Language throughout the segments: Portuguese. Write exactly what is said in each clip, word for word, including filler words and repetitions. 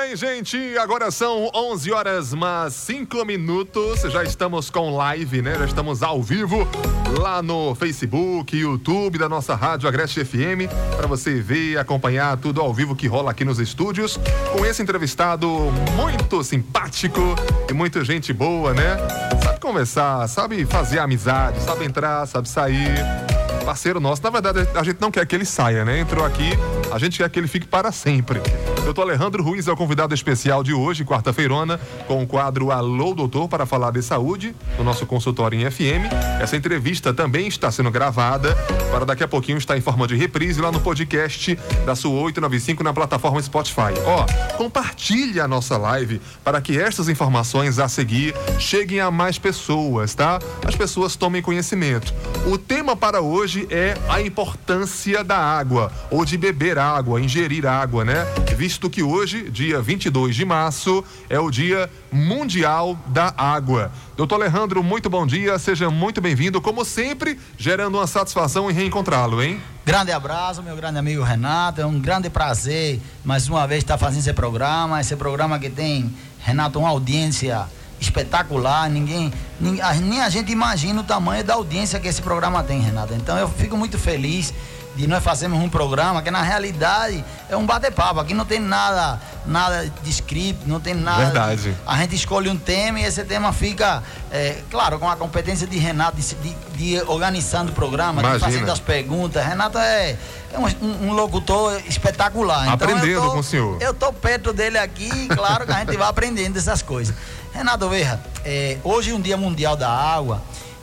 bem, gente? Agora são onze horas mais cinco minutos. Já estamos com live, né? Já estamos ao vivo lá no Facebook, YouTube da nossa rádio Agreste F M, para você ver e acompanhar tudo ao vivo que rola aqui nos estúdios, com esse entrevistado muito simpático e muita gente boa, né? Sabe conversar, sabe fazer amizade, sabe entrar, sabe sair. Parceiro nosso, na verdade a gente não quer que ele saia, né? Entrou aqui, a gente quer que ele fique para sempre. doutor Alejandro Ruiz é o convidado especial de hoje, quarta-feirona, com o quadro Alô Doutor, para falar de saúde, no nosso consultório em F M. Essa entrevista também está sendo gravada, para daqui a pouquinho estar em forma de reprise lá no podcast da sua oito nove cinco na plataforma Spotify. Ó, compartilhe a nossa live para que estas informações a seguir cheguem a mais pessoas, tá? As pessoas tomem conhecimento. O tema para hoje é a importância da água, ou de beber água, ingerir água, né? Visto que hoje, dia vinte e dois de março, é o Dia Mundial da Água. doutor Alejandro, muito bom dia, seja muito bem-vindo, como sempre, gerando uma satisfação em reencontrá-lo, hein? Grande abraço, meu grande amigo Renato, é um grande prazer, mais uma vez, estar fazendo esse programa, esse programa que tem, Renato, uma audiência espetacular, ninguém, ninguém, nem a gente imagina o tamanho da audiência que esse programa tem, Renato. Então eu fico muito feliz de nós fazermos um programa que na realidade é um bate-papo. Aqui não tem nada, nada de script, não tem nada. Verdade. De, a gente escolhe um tema e esse tema fica, é, claro, com a competência de Renato, de, de, de organizando o programa, Imagina. de fazendo as perguntas. Renato é, é um, um, um locutor espetacular. Então, aprendendo tô, com o senhor. Eu tô perto dele aqui e claro que a gente vai aprendendo essas coisas. Renato, veja, é, hoje é um Dia Mundial da Água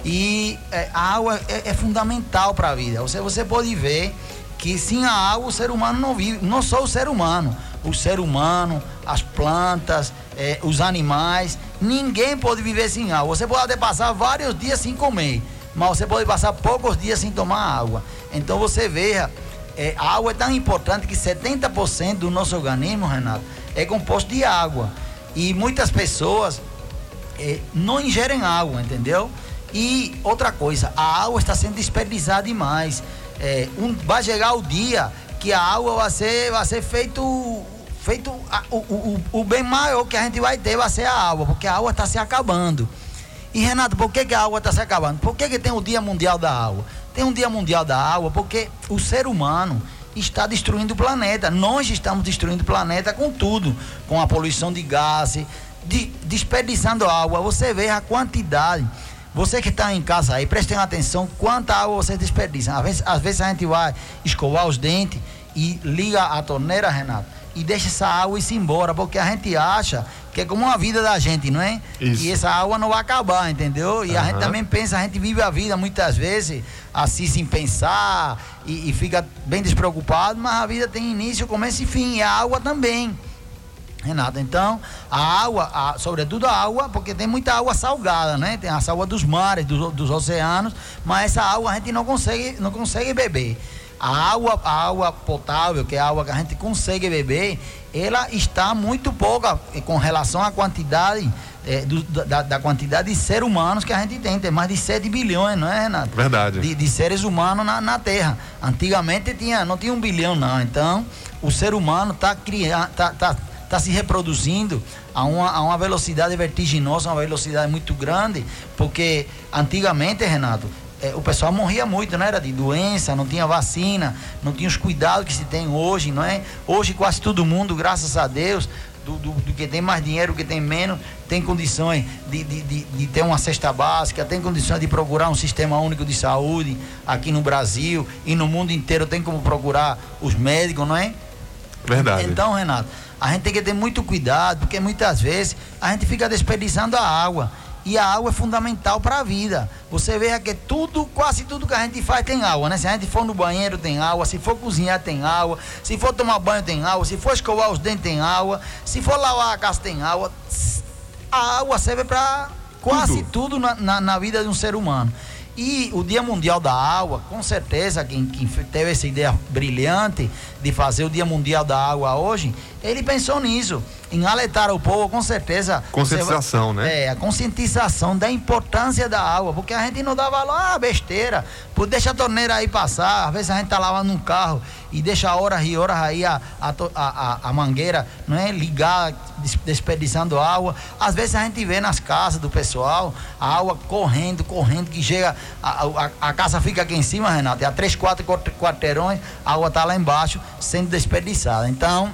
e é, a água é, é fundamental para a vida. Você, você pode ver que sem a água o ser humano não vive, não só o ser humano, o ser humano, as plantas, é, os animais, ninguém pode viver sem água. Você pode até passar vários dias sem comer, mas você pode passar poucos dias sem tomar água. Então você veja, é, a água é tão importante que setenta por cento do nosso organismo, Renato, é composto de água. E muitas pessoas eh, não ingerem água, entendeu? E outra coisa, a água está sendo desperdiçada demais. Eh, um, vai chegar o dia que a água vai ser, vai ser feito, feito a, o, o, o bem maior que a gente vai ter vai ser a água, porque a água está se acabando. E Renato, por que, que a água está se acabando? Por que, que tem o Dia Mundial da Água? Tem um Dia Mundial da Água porque o ser humano está destruindo o planeta. Nós estamos destruindo o planeta com tudo, com a poluição de gases, de, desperdiçando água. Você vê a quantidade. Você que está em casa aí, prestem atenção quanta água você desperdiça. Às vezes, às vezes a gente vai escovar os dentes e liga a torneira, Renato, e deixa essa água ir embora, porque a gente acha que é como a vida da gente, não é? Isso. E essa água não vai acabar, entendeu? E uhum. a gente também pensa, a gente vive a vida muitas vezes assim, sem pensar, e, e fica bem despreocupado, mas a vida tem início, começo e fim, e a água também, Renato. Então, a água, a, sobretudo a água, porque tem muita água salgada, né? Tem a água dos mares, dos, dos oceanos, mas essa água a gente não consegue, não consegue beber. A água, a água potável, que é a água que a gente consegue beber, ela está muito pouca com relação à quantidade, é, do, da, da quantidade de seres humanos que a gente tem. Tem mais de sete bilhões, não é, Renato? Verdade. De, de seres humanos na, na Terra. Antigamente tinha, não tinha um bilhão, não. Então, o ser humano está criando, tá, tá, tá se reproduzindo a uma, a uma velocidade vertiginosa, uma velocidade muito grande, porque antigamente, Renato, o pessoal morria muito, não era de doença, não tinha vacina, não tinha os cuidados que se tem hoje, não é? Hoje quase todo mundo, graças a Deus, do, do, do que tem mais dinheiro, do que tem menos, tem condições de, de, de, de ter uma cesta básica, tem condições de procurar um sistema único de saúde aqui no Brasil e no mundo inteiro, tem como procurar os médicos, não é? Verdade. Então, Renato, a gente tem que ter muito cuidado, porque muitas vezes a gente fica desperdiçando a água. E a água é fundamental para a vida. Você vê que tudo, quase tudo que a gente faz tem água, né? Se a gente for no banheiro tem água, se for cozinhar tem água, se for tomar banho tem água, se for escovar os dentes tem água, se for lavar a casa tem água. A água serve para quase tudo, tudo na, na, na vida de um ser humano. E o Dia Mundial da Água, com certeza, quem, quem teve essa ideia brilhante de fazer o Dia Mundial da Água hoje, ele pensou nisso, em alertar o povo, com certeza. Conscientização, vai, né? É, a conscientização da importância da água, porque a gente não dá valor, ah, besteira, pô, deixa a torneira aí passar, às vezes a gente tá lavando um carro e deixa horas e horas aí a, a, a, a mangueira, não é, ligar, desperdiçando água. Às vezes a gente vê nas casas do pessoal, a água correndo, correndo, que chega, a, a, a casa fica aqui em cima, Renato, e a três, quatro quarteirões, a água tá lá embaixo, sendo desperdiçada. Então,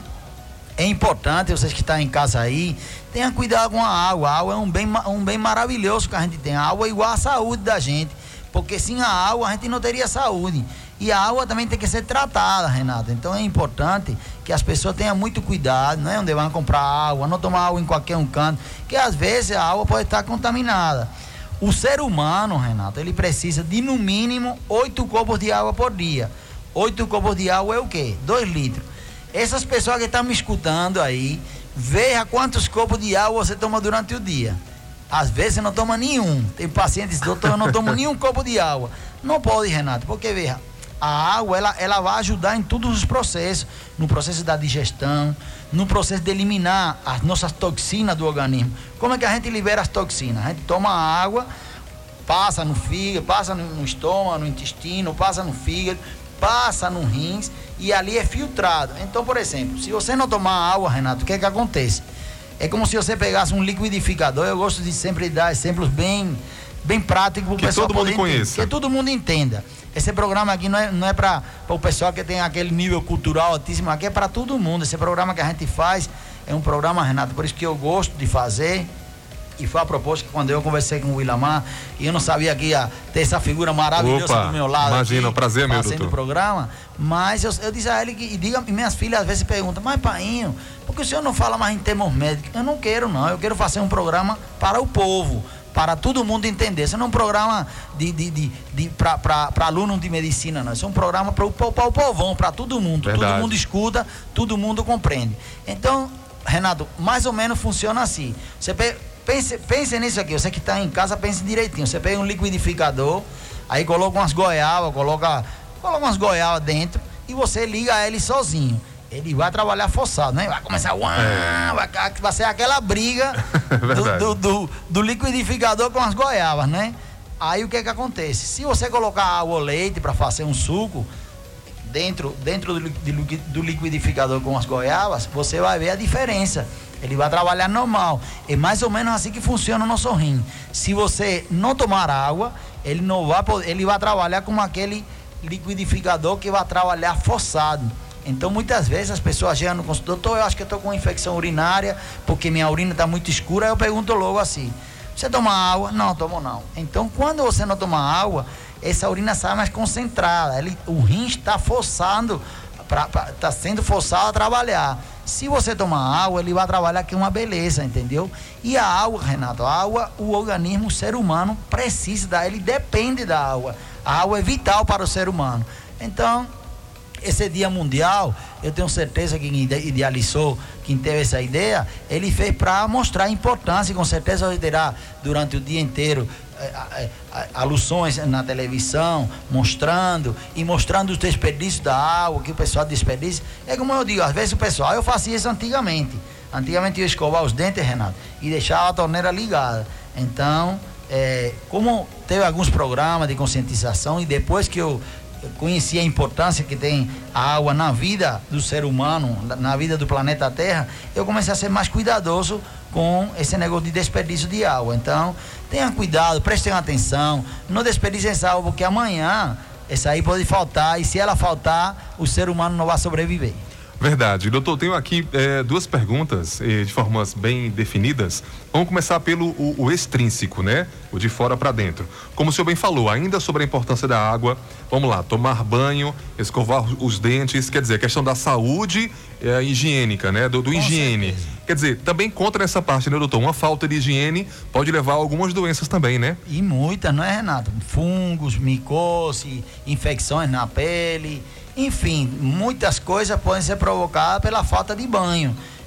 é importante, vocês que estão em casa aí, tenham cuidado com a água. A água é um bem, um bem maravilhoso que a gente tem. A água é igual à saúde da gente, porque sem a água a gente não teria saúde. E a água também tem que ser tratada, Renato. Então é importante que as pessoas tenham muito cuidado, não é onde vão comprar água, não tomar água em qualquer um canto, que às vezes a água pode estar contaminada. O ser humano, Renato, ele precisa de no mínimo oito copos de água por dia. Oito copos de água é o quê? Dois litros. Essas pessoas que estão me escutando aí, veja quantos copos de água você toma durante o dia. Às vezes você não toma nenhum. Tem pacientes que dizem, doutor, eu não tomo nenhum copo de água. Não pode, Renato, porque veja, a água ela, ela vai ajudar em todos os processos, no processo da digestão, no processo de eliminar as nossas toxinas do organismo. Como é que a gente libera as toxinas? A gente toma a água, passa no fígado, passa no, no estômago, no intestino, passa no fígado, passa no rins e ali é filtrado. Então, por exemplo, se você não tomar água, Renato, o que é que acontece? É como se você pegasse um liquidificador. Eu gosto de sempre dar exemplos bem, bem práticos para o pessoal todo mundo conheça. Que todo mundo entenda. Esse programa aqui não é, não é para o pessoal que tem aquele nível cultural altíssimo, aqui é para todo mundo. Esse programa que a gente faz é um programa, Renato, por isso que eu gosto de fazer. E foi a proposta que quando eu conversei com o Willamar, e eu não sabia que ia ter essa figura maravilhosa Opa, do meu lado. Imagina, um prazer, meu doutor. Fazendo o programa, mas eu, eu disse a ele que, e diga, e minhas filhas às vezes perguntam, mas painho, por que o senhor não fala mais em termos médicos? Eu não quero não, eu quero fazer um programa para o povo, para todo mundo entender. Isso não é um programa de, de, de, de, para alunos de medicina, não. Isso é um programa para o, para o povão, para todo mundo. Verdade. Todo mundo escuta, todo mundo compreende. Então, Renato, mais ou menos funciona assim. Você pega. Pense, pense nisso aqui, você que está em casa, pense direitinho. Você pega um liquidificador, aí coloca umas goiabas, coloca, coloca umas goiabas dentro e você liga ele sozinho. Ele vai trabalhar forçado, né? Vai começar, uau, é. vai, vai ser aquela briga do, do, do, do liquidificador com as goiabas, né? Aí o que é que acontece? Se você colocar água ou leite para fazer um suco dentro, dentro do, do liquidificador com as goiabas, você vai ver a diferença. Ele vai trabalhar normal. É mais ou menos assim que funciona o nosso rim. Se você não tomar água, ele não vai poder, ele vai trabalhar como aquele liquidificador que vai trabalhar forçado. Então, muitas vezes as pessoas chegam no consultório, doutor, eu acho que eu estou com uma infecção urinária, porque minha urina está muito escura. Aí eu pergunto logo assim, você toma água? Não, tomo não. Então, quando você não toma água, essa urina sai mais concentrada. Ele, o rim está forçando, está sendo forçado a trabalhar. Se você tomar água, ele vai trabalhar aqui uma beleza, entendeu? E a água, Renato, a água, o organismo, o ser humano precisa da, ele depende da água. A água é vital para o ser humano. Então, esse dia mundial, eu tenho certeza que quem idealizou, quem teve essa ideia, ele fez para mostrar a importância, e com certeza vai terá durante o dia inteiro alusões na televisão, mostrando e mostrando os desperdícios da água, que o pessoal desperdiça. É como eu digo, às vezes o pessoal, eu fazia isso antigamente. Antigamente eu ia escovar os dentes, Renato, e deixava a torneira ligada. Então, é, como teve alguns programas de conscientização, e depois que eu conheci a importância que tem a água na vida do ser humano, na vida do planeta Terra, eu comecei a ser mais cuidadoso com esse negócio de desperdício de água. Então, tenham cuidado, prestem atenção, não desperdicem essa água, porque amanhã essa aí pode faltar, e se ela faltar, o ser humano não vai sobreviver. Verdade. Doutor, tenho aqui é, duas perguntas eh, de formas bem definidas. Vamos começar pelo o, o extrínseco, né? O de fora para dentro. Como o senhor bem falou, ainda sobre a importância da água, vamos lá, tomar banho, escovar os dentes, quer dizer, a questão da saúde é, higiênica, né? Do, do higiene. Certeza. Quer dizer, também contra essa parte, né, doutor? Uma falta de higiene pode levar a algumas doenças também, né? E muitas, não é, Renato? Fungos, micose, infecções na pele... Enfim, muitas coisas podem ser provocadas pela falta de banho.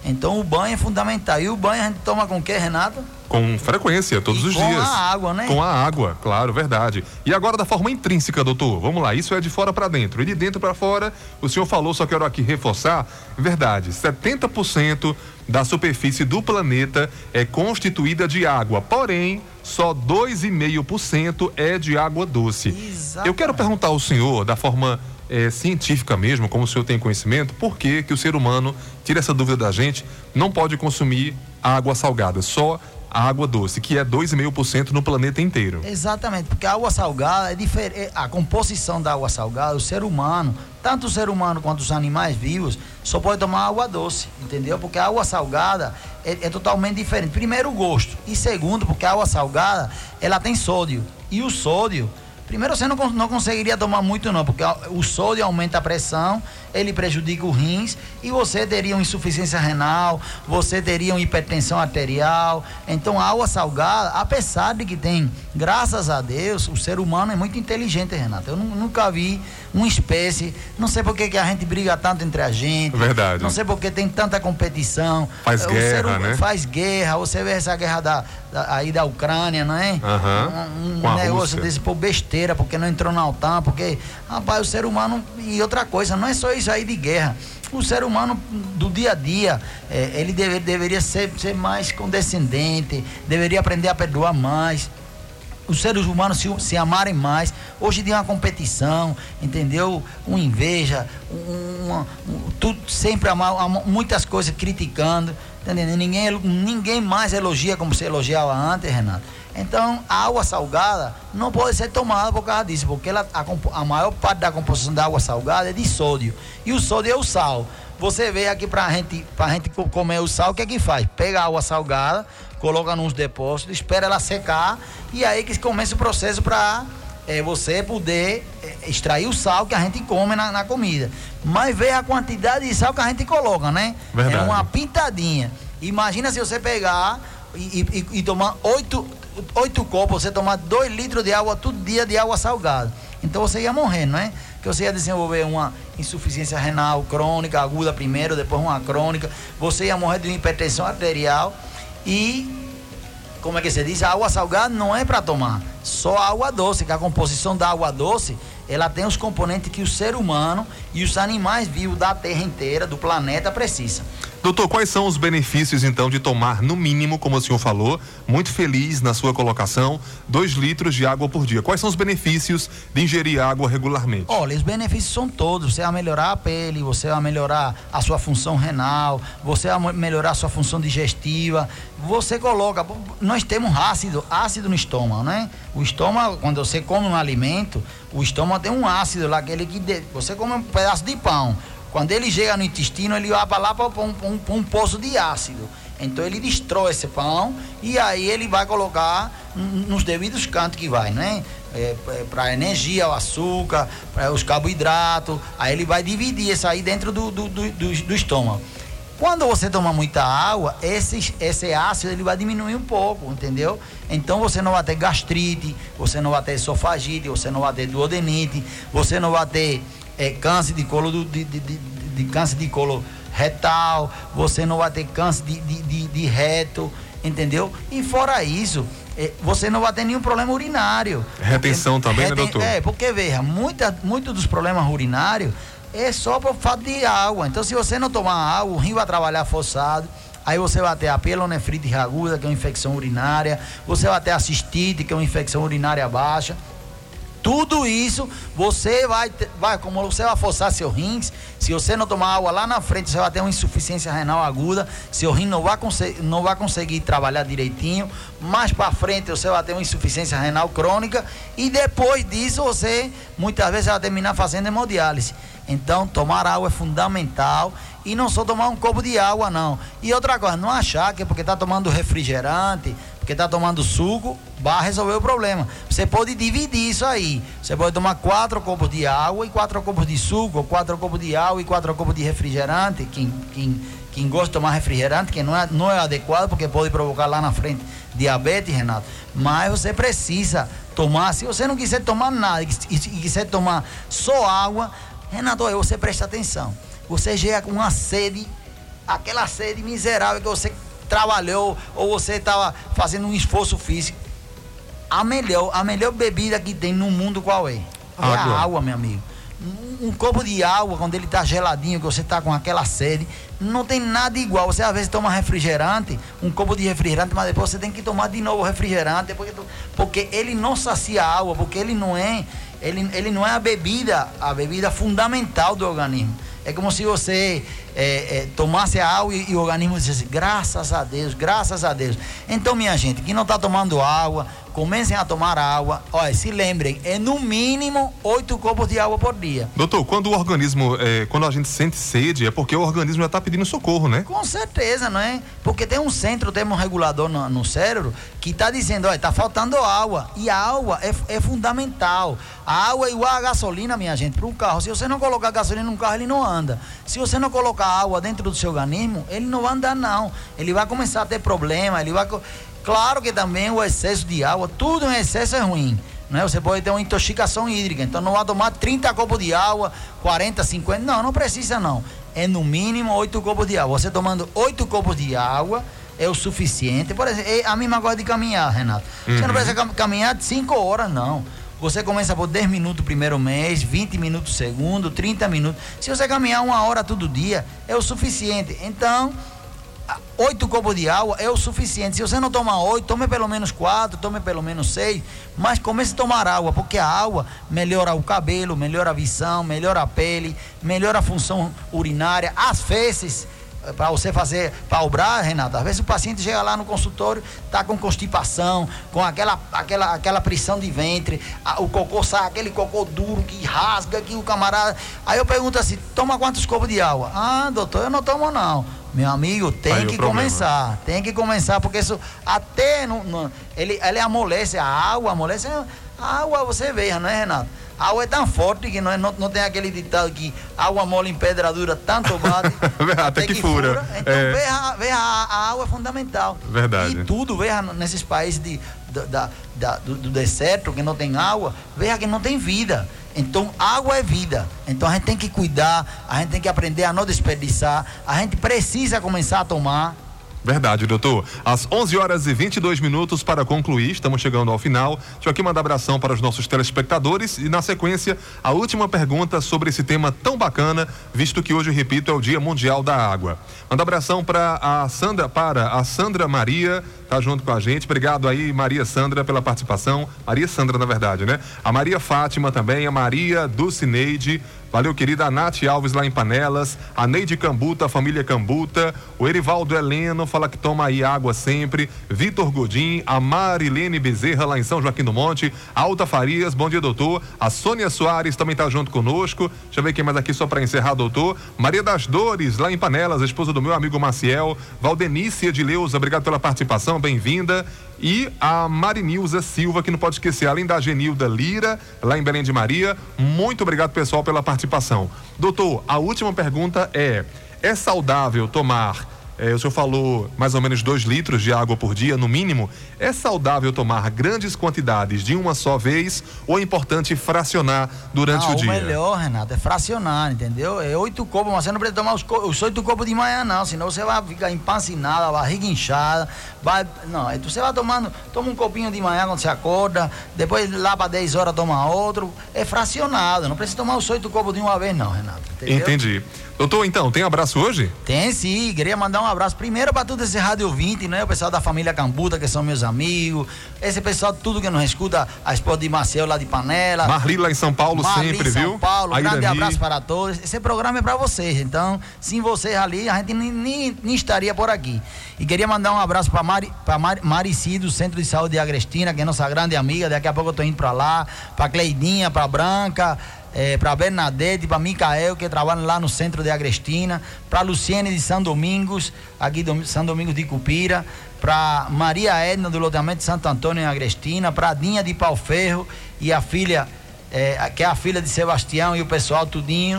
Então o banho é fundamental. E o banho a gente toma com o quê, Renato? Com frequência, todos e os com dias. Com a água, né? Com a água, claro, verdade. E agora da forma intrínseca, doutor, vamos lá, isso é de fora para dentro. E de dentro para fora, o senhor falou, só quero aqui reforçar, verdade, setenta por cento da superfície do planeta é constituída de água, porém, só dois vírgula cinco por cento é de água doce. Exatamente. Eu quero perguntar ao senhor, da forma é, científica mesmo, como o senhor tem conhecimento, por que que o ser humano, tira essa dúvida da gente, não pode consumir água salgada, só a água doce, que é dois vírgula cinco por cento no planeta inteiro. Exatamente, porque a água salgada é diferente. A composição da água salgada, o ser humano, tanto o ser humano quanto os animais vivos, só pode tomar água doce, entendeu? Porque a água salgada é, é totalmente diferente. Primeiro, o gosto. E segundo, porque a água salgada, ela tem sódio. E o sódio, primeiro, você não, não conseguiria tomar muito não, porque o sódio aumenta a pressão, ele prejudica os rins e você teria uma insuficiência renal, você teria uma hipertensão arterial. Então a água salgada, apesar de que tem, graças a Deus, o ser humano é muito inteligente, Renato. Eu nunca vi uma espécie, não sei por que que a gente briga tanto entre a gente. Verdade. Não sei por que tem tanta competição. Faz o guerra, ser, né? Faz guerra, você vê essa guerra da, da, aí da Ucrânia, não é? Uhum. Um, um negócio desse por besteira, porque não entrou na OTAN, porque, rapaz, o ser humano, e outra coisa, não é só isso aí de guerra. O ser humano do dia a dia, é, ele deve, deveria ser, ser mais condescendente, deveria aprender a perdoar mais. Os seres humanos se, se amarem mais. Hoje em dia é uma competição, entendeu? Uma inveja, uma, um, tudo, sempre amar, muitas coisas criticando, entendeu? Ninguém, ninguém mais elogia como se elogiava antes, Renato. Então, a água salgada não pode ser tomada por causa disso, porque ela, a, a maior parte da composição da água salgada é de sódio. E o sódio é o sal. Você vê aqui pra gente, pra gente comer o sal, o que é que faz? Pega a água salgada, coloca nos depósitos, espera ela secar e aí que começa o processo para é, você poder é, extrair o sal que a gente come na, na comida. Mas vê a quantidade de sal que a gente coloca, né? Verdade. É uma pintadinha. Imagina se você pegar e, e, e tomar oito, oito copos, você tomar dois litros de água todo dia de água salgada. Então você ia morrer, não é? Que você ia desenvolver uma insuficiência renal crônica, aguda primeiro, depois uma crônica. Você ia morrer de uma hipertensão arterial. E, como é que você diz? A água salgada não é para tomar, só a água doce, que a composição da água doce, ela tem os componentes que o ser humano e os animais vivos da Terra inteira, do planeta, precisam. Doutor, quais são os benefícios, então, de tomar, no mínimo, como o senhor falou, muito feliz na sua colocação, dois litros de água por dia? Quais são os benefícios de ingerir água regularmente? Olha, os benefícios são todos. Você vai melhorar a pele, você vai melhorar a sua função renal, você vai melhorar a sua função digestiva. Você coloca... Nós temos ácido, ácido no estômago, né? O estômago, quando você come um alimento, o estômago tem um ácido lá, aquele que... De, você come um pedaço de pão. Quando ele chega no intestino, ele vai lá para um, um, um poço de ácido. Então ele destrói esse pão e aí ele vai colocar nos devidos cantos que vai, né? É, é, para energia, o açúcar, para os carboidratos. Aí ele vai dividir isso aí dentro do, do, do, do, do estômago. Quando você toma muita água, esse, esse ácido ele vai diminuir um pouco, entendeu? Então você não vai ter gastrite, você não vai ter esofagite, você não vai ter duodenite, você não vai ter é, câncer de colo do, de, de, de, de câncer de colo retal, você não vai ter câncer de, de, de, de reto, entendeu? E fora isso, é, você não vai ter nenhum problema urinário. Retenção porque, também, reten, né, doutor? É, porque veja, muita, muito dos problemas urinários é só por falta de água. Então, se você não tomar água, o rim vai trabalhar forçado. Aí você vai ter a pielonefrite aguda, que é uma infecção urinária. Você vai ter a cistite, que é uma infecção urinária baixa. Tudo isso, você vai, vai, como você vai forçar seu rins, se você não tomar água lá na frente, você vai ter uma insuficiência renal aguda, seu rim não vai, não vai conseguir trabalhar direitinho, mais para frente você vai ter uma insuficiência renal crônica e depois disso você, muitas vezes, vai terminar fazendo hemodiálise. Então, tomar água é fundamental e não só tomar um copo de água, não. E outra coisa, não achar que porque está tomando refrigerante, porque está tomando suco, vai resolver o problema. Você pode dividir isso aí. Você pode tomar quatro copos de água e quatro copos de suco, ou quatro copos de água e quatro copos de refrigerante. Quem, quem, quem gosta de tomar refrigerante, que não é, não é adequado, porque pode provocar lá na frente diabetes, Renato. Mas você precisa tomar, se você não quiser tomar nada e, e, e quiser tomar só água, Renato, você presta atenção. Você chega com uma sede aquela sede miserável que você trabalhou ou você estava fazendo um esforço físico. A melhor, a melhor bebida que tem no mundo qual é? É a água, meu amigo. Um, um copo de água, quando ele está geladinho, que você está com aquela sede, não tem nada igual. Você às vezes toma refrigerante, um copo de refrigerante, mas depois você tem que tomar de novo refrigerante, porque, porque ele não sacia a água, porque ele não é, ele, ele não é a bebida, a bebida fundamental do organismo. É como se você é, é, tomasse a água e, e o organismo dissesse, graças a Deus, graças a Deus. Então, minha gente, que não está tomando água, comecem a tomar água. Olha, se lembrem, é no mínimo oito copos de água por dia. Doutor, quando o organismo, é, quando a gente sente sede, é porque o organismo já está pedindo socorro, né? Com certeza, não é? Porque tem um centro termorregulador no, no cérebro que está dizendo, olha, está faltando água. E a água é, é fundamental. A água é igual a gasolina, minha gente, para um carro. Se você não colocar gasolina no carro, ele não anda. Se você não colocar água dentro do seu organismo, ele não vai andar, não. Ele vai começar a ter problema, ele vai... Claro que também o excesso de água, tudo em excesso é ruim, né? Você pode ter uma intoxicação hídrica, então não vai tomar trinta copos de água, quarenta, cinquenta, não, não precisa não. É no mínimo oito copos de água. Você tomando oito copos de água é o suficiente. Por exemplo, é a mesma coisa de caminhar, Renato. Uhum. Você não precisa caminhar de cinco horas, não. Você começa por dez minutos o primeiro mês, vinte minutos o segundo, trinta minutos. Se você caminhar uma hora todo dia, é o suficiente. Então, oito copos de água é o suficiente. Se você não tomar oito, tome pelo menos quatro, tome pelo menos seis, mas comece a tomar água, porque a água melhora o cabelo, melhora a visão, melhora a pele, melhora a função urinária, as fezes. Para você fazer, para obrar, Renato, às vezes o paciente chega lá no consultório, tá com constipação, com aquela, aquela, aquela pressão de ventre, a, o cocô sai, aquele cocô duro que rasga, que o camarada. Aí eu pergunto assim, toma quantos copos de água? Ah, doutor, eu não tomo não. Meu amigo, tem Aí que começar, tem que começar, porque isso até no, no, ele, ele amolece, a água amolece, a água você veja, não é, Renato? A água é tão forte que não, é, não, não tem aquele ditado que água mole em pedra dura, tanto bate até, até que, que fura. fura. Então, é... veja, veja a, a água é fundamental. Verdade. E tudo, veja nesses países de, da, da, do, do deserto, que não tem água, veja que não tem vida. Então, água é vida. Então, a gente tem que cuidar, a gente tem que aprender a não desperdiçar, a gente precisa começar a tomar. Verdade, doutor. Às onze horas e vinte e dois minutos para concluir, estamos chegando ao final. Deixa eu aqui mandar abração para os nossos telespectadores e, na sequência, a última pergunta sobre esse tema tão bacana, visto que hoje, repito, é o Dia Mundial da Água. Manda abração para a Sandra, para a Sandra Maria, tá junto com a gente. Obrigado aí, Maria Sandra, pela participação. Maria Sandra, na verdade, né? A Maria Fátima também, a Maria Dulcineide. Valeu, querida. A Nath Alves lá em Panelas, a Neide Cambuta, a família Cambuta, o Erivaldo Heleno fala que toma aí água sempre, Vitor Godin, a Marilene Bezerra lá em São Joaquim do Monte, a Alta Farias, bom dia, doutor. A Sônia Soares também tá junto conosco. Deixa eu ver quem mais aqui só para encerrar, doutor. Maria das Dores lá em Panelas, a esposa do meu amigo Maciel, Valdenícia de Leusa, obrigado pela participação, bem-vinda. E a Marinilza Silva, que não pode esquecer, além da Genilda Lira, lá em Belém de Maria. Muito obrigado, pessoal, pela participação. Doutor, a última pergunta é: é saudável tomar, é, o senhor falou mais ou menos dois litros de água por dia, no mínimo. É saudável tomar grandes quantidades de uma só vez ou é importante fracionar durante não, o dia? O melhor, Renato, é fracionar, entendeu? É oito copos, mas você não precisa tomar os, os oito copos de manhã, não, senão você vai ficar empancinado, a barriga inchada, vai, não, então você vai tomando, toma um copinho de manhã quando você acorda, depois lá para dez horas toma outro, é fracionado, não precisa tomar os oito copos de uma vez, não, Renato, entendeu? Entendi. Doutor, então, tem abraço hoje? Tem sim, queria mandar um abraço primeiro para todo esse rádio ouvinte, né? O pessoal da família Cambuta, que são meus amigos, esse pessoal, tudo que nos escuta, a esposa de Marcel lá de Panela. Marli lá em São Paulo, Marli, sempre, São viu? São Paulo, Aí, grande Dani. Abraço para todos. Esse programa é para vocês, então, sem vocês ali, a gente nem, nem, nem estaria por aqui. E queria mandar um abraço para Mari, para Mari, Marici, do Centro de Saúde de Agrestina, que é nossa grande amiga, daqui a pouco eu tô indo para lá, para Cleidinha, para Branca, É, para Bernadette, para Micael, que trabalha lá no centro de Agrestina, para Luciene de São Domingos, aqui do São Domingos de Cupira, para Maria Edna do loteamento de Santo Antônio em Agrestina, para Dinha de Pau Ferro e a filha, é, que é a filha de Sebastião e o pessoal tudinho,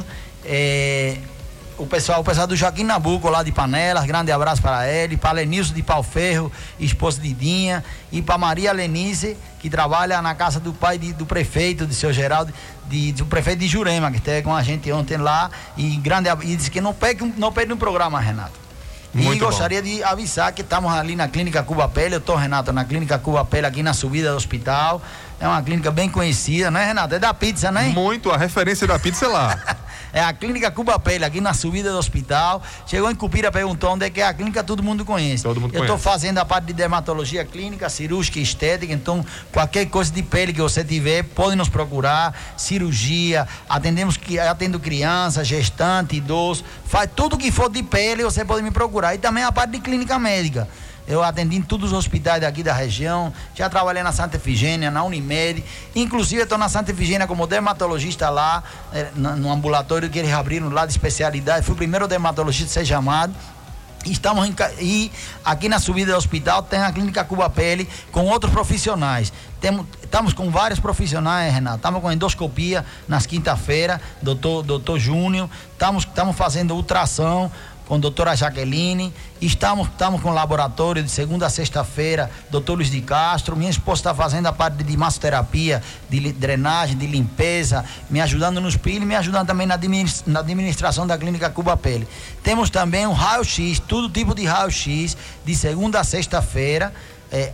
é, o pessoal, o pessoal do Joaquim Nabuco lá de Panelas, grande abraço para ele, para Lenilson de Pau Ferro, esposa de Dinha, e para Maria Lenice, que trabalha na casa do pai de, do prefeito, de seu Geraldo, de, do prefeito de Jurema, que esteve com a gente ontem lá, e grande e disse que não perde, não perde um programa, Renato. Muito e gostaria bom. de avisar que estamos ali na Clínica Cuba Pele. Eu estou, Renato, na Clínica Cuba Pele, aqui na subida do hospital. É uma clínica bem conhecida, não é, Renato? É da pizza, né? Muito, a referência da pizza é lá. É a Clínica Cuba Pele, aqui na subida do hospital. Chegou em Cupira, perguntou onde é que é a clínica, todo mundo conhece. Todo mundo Eu estou conhece. fazendo a parte de dermatologia clínica, cirúrgica e estética, então qualquer coisa de pele que você tiver, pode nos procurar. Cirurgia, atendemos, atendo criança, gestante, idoso, faz tudo que for de pele, você pode me procurar. E também a parte de clínica médica. Eu atendi em todos os hospitais daqui da região, já trabalhei na Santa Efigênia, na Unimed, inclusive estou na Santa Efigênia como dermatologista lá, eh, no, no ambulatório que eles abriram lá de especialidade, fui o primeiro dermatologista a ser chamado. Estamos em, e aqui na subida do hospital tem a Clínica Cuba Pele com outros profissionais. Temos, estamos com vários profissionais, Renato. Estamos com endoscopia nas quinta-feira, doutor, doutor Júnior. Estamos, estamos fazendo ultrassom com a doutora Jaqueline, estamos, estamos com o laboratório de segunda a sexta-feira, doutor Luiz de Castro, minha esposa está fazendo a parte de massoterapia, de drenagem, de limpeza, me ajudando nos P I L e me ajudando também na, administra, na administração da Clínica Cuba Pele. Temos também um raio-x, todo tipo de raio-x, de segunda a sexta-feira. É,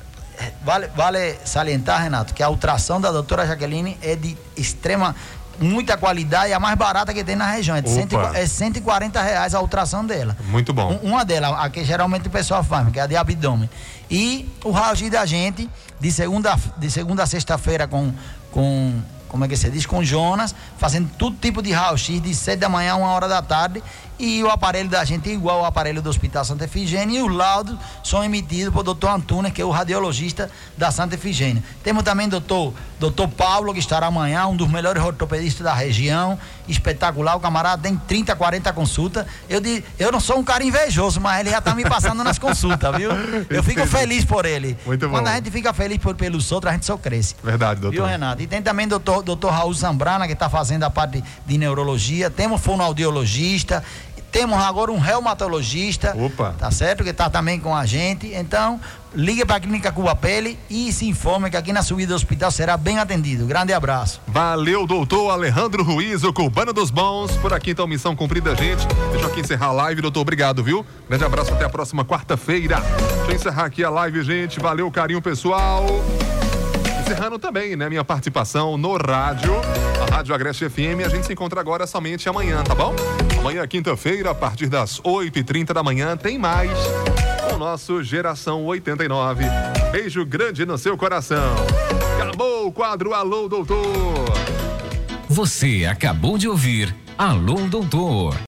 vale, vale salientar, Renato, que a ultrassom da doutora Jaqueline é de extrema... muita qualidade, é a mais barata que tem na região, é, de cento, é cento e quarenta reais a ultrassom dela. Muito bom. Um, uma delas, a que geralmente o pessoal faz, que é a de abdômen. E o raio-x da gente, de segunda, de segunda a sexta-feira com, com, como é que se diz, com Jonas, fazendo todo tipo de raio-x, de sete da manhã a uma hora da tarde, e o aparelho da gente é igual ao aparelho do Hospital Santa Efigênia, e os laudos são emitidos por doutor Antônio, que é o radiologista da Santa Efigênia. Temos também doutor, doutor Paulo, que estará amanhã, um dos melhores ortopedistas da região, espetacular, o camarada tem trinta, quarenta consultas. Eu, de, eu não sou um cara invejoso, mas ele já está me passando nas consultas, viu? Eu fico feliz por ele. Muito bom. Quando a gente fica feliz por, pelos outros, a gente só cresce. Verdade, doutor. Viu, Renato? E tem também doutor, doutor Raul Zambrana, que está fazendo a parte de neurologia, temos fonoaudiologista, temos agora um reumatologista. Opa. Tá certo? Que está também com a gente. Então, ligue para a Clínica Cuba Pele e se informe que aqui na subida do hospital será bem atendido. Grande abraço. Valeu, doutor Alejandro Ruiz, o cubano dos bons. Por aqui, então, missão cumprida, gente. Deixa eu aqui encerrar a live, doutor. Obrigado, viu? Grande abraço, até a próxima quarta-feira. Deixa eu encerrar aqui a live, gente. Valeu, carinho, pessoal. Encerrando também, né, minha participação no rádio, a Rádio Agreste F M. A gente se encontra agora somente amanhã, tá bom? Amanhã, quinta-feira, a partir das oito e trinta da manhã, tem mais com o nosso Geração oitenta e nove. Beijo grande no seu coração. Acabou o quadro Alô, Doutor. Você acabou de ouvir Alô, Doutor.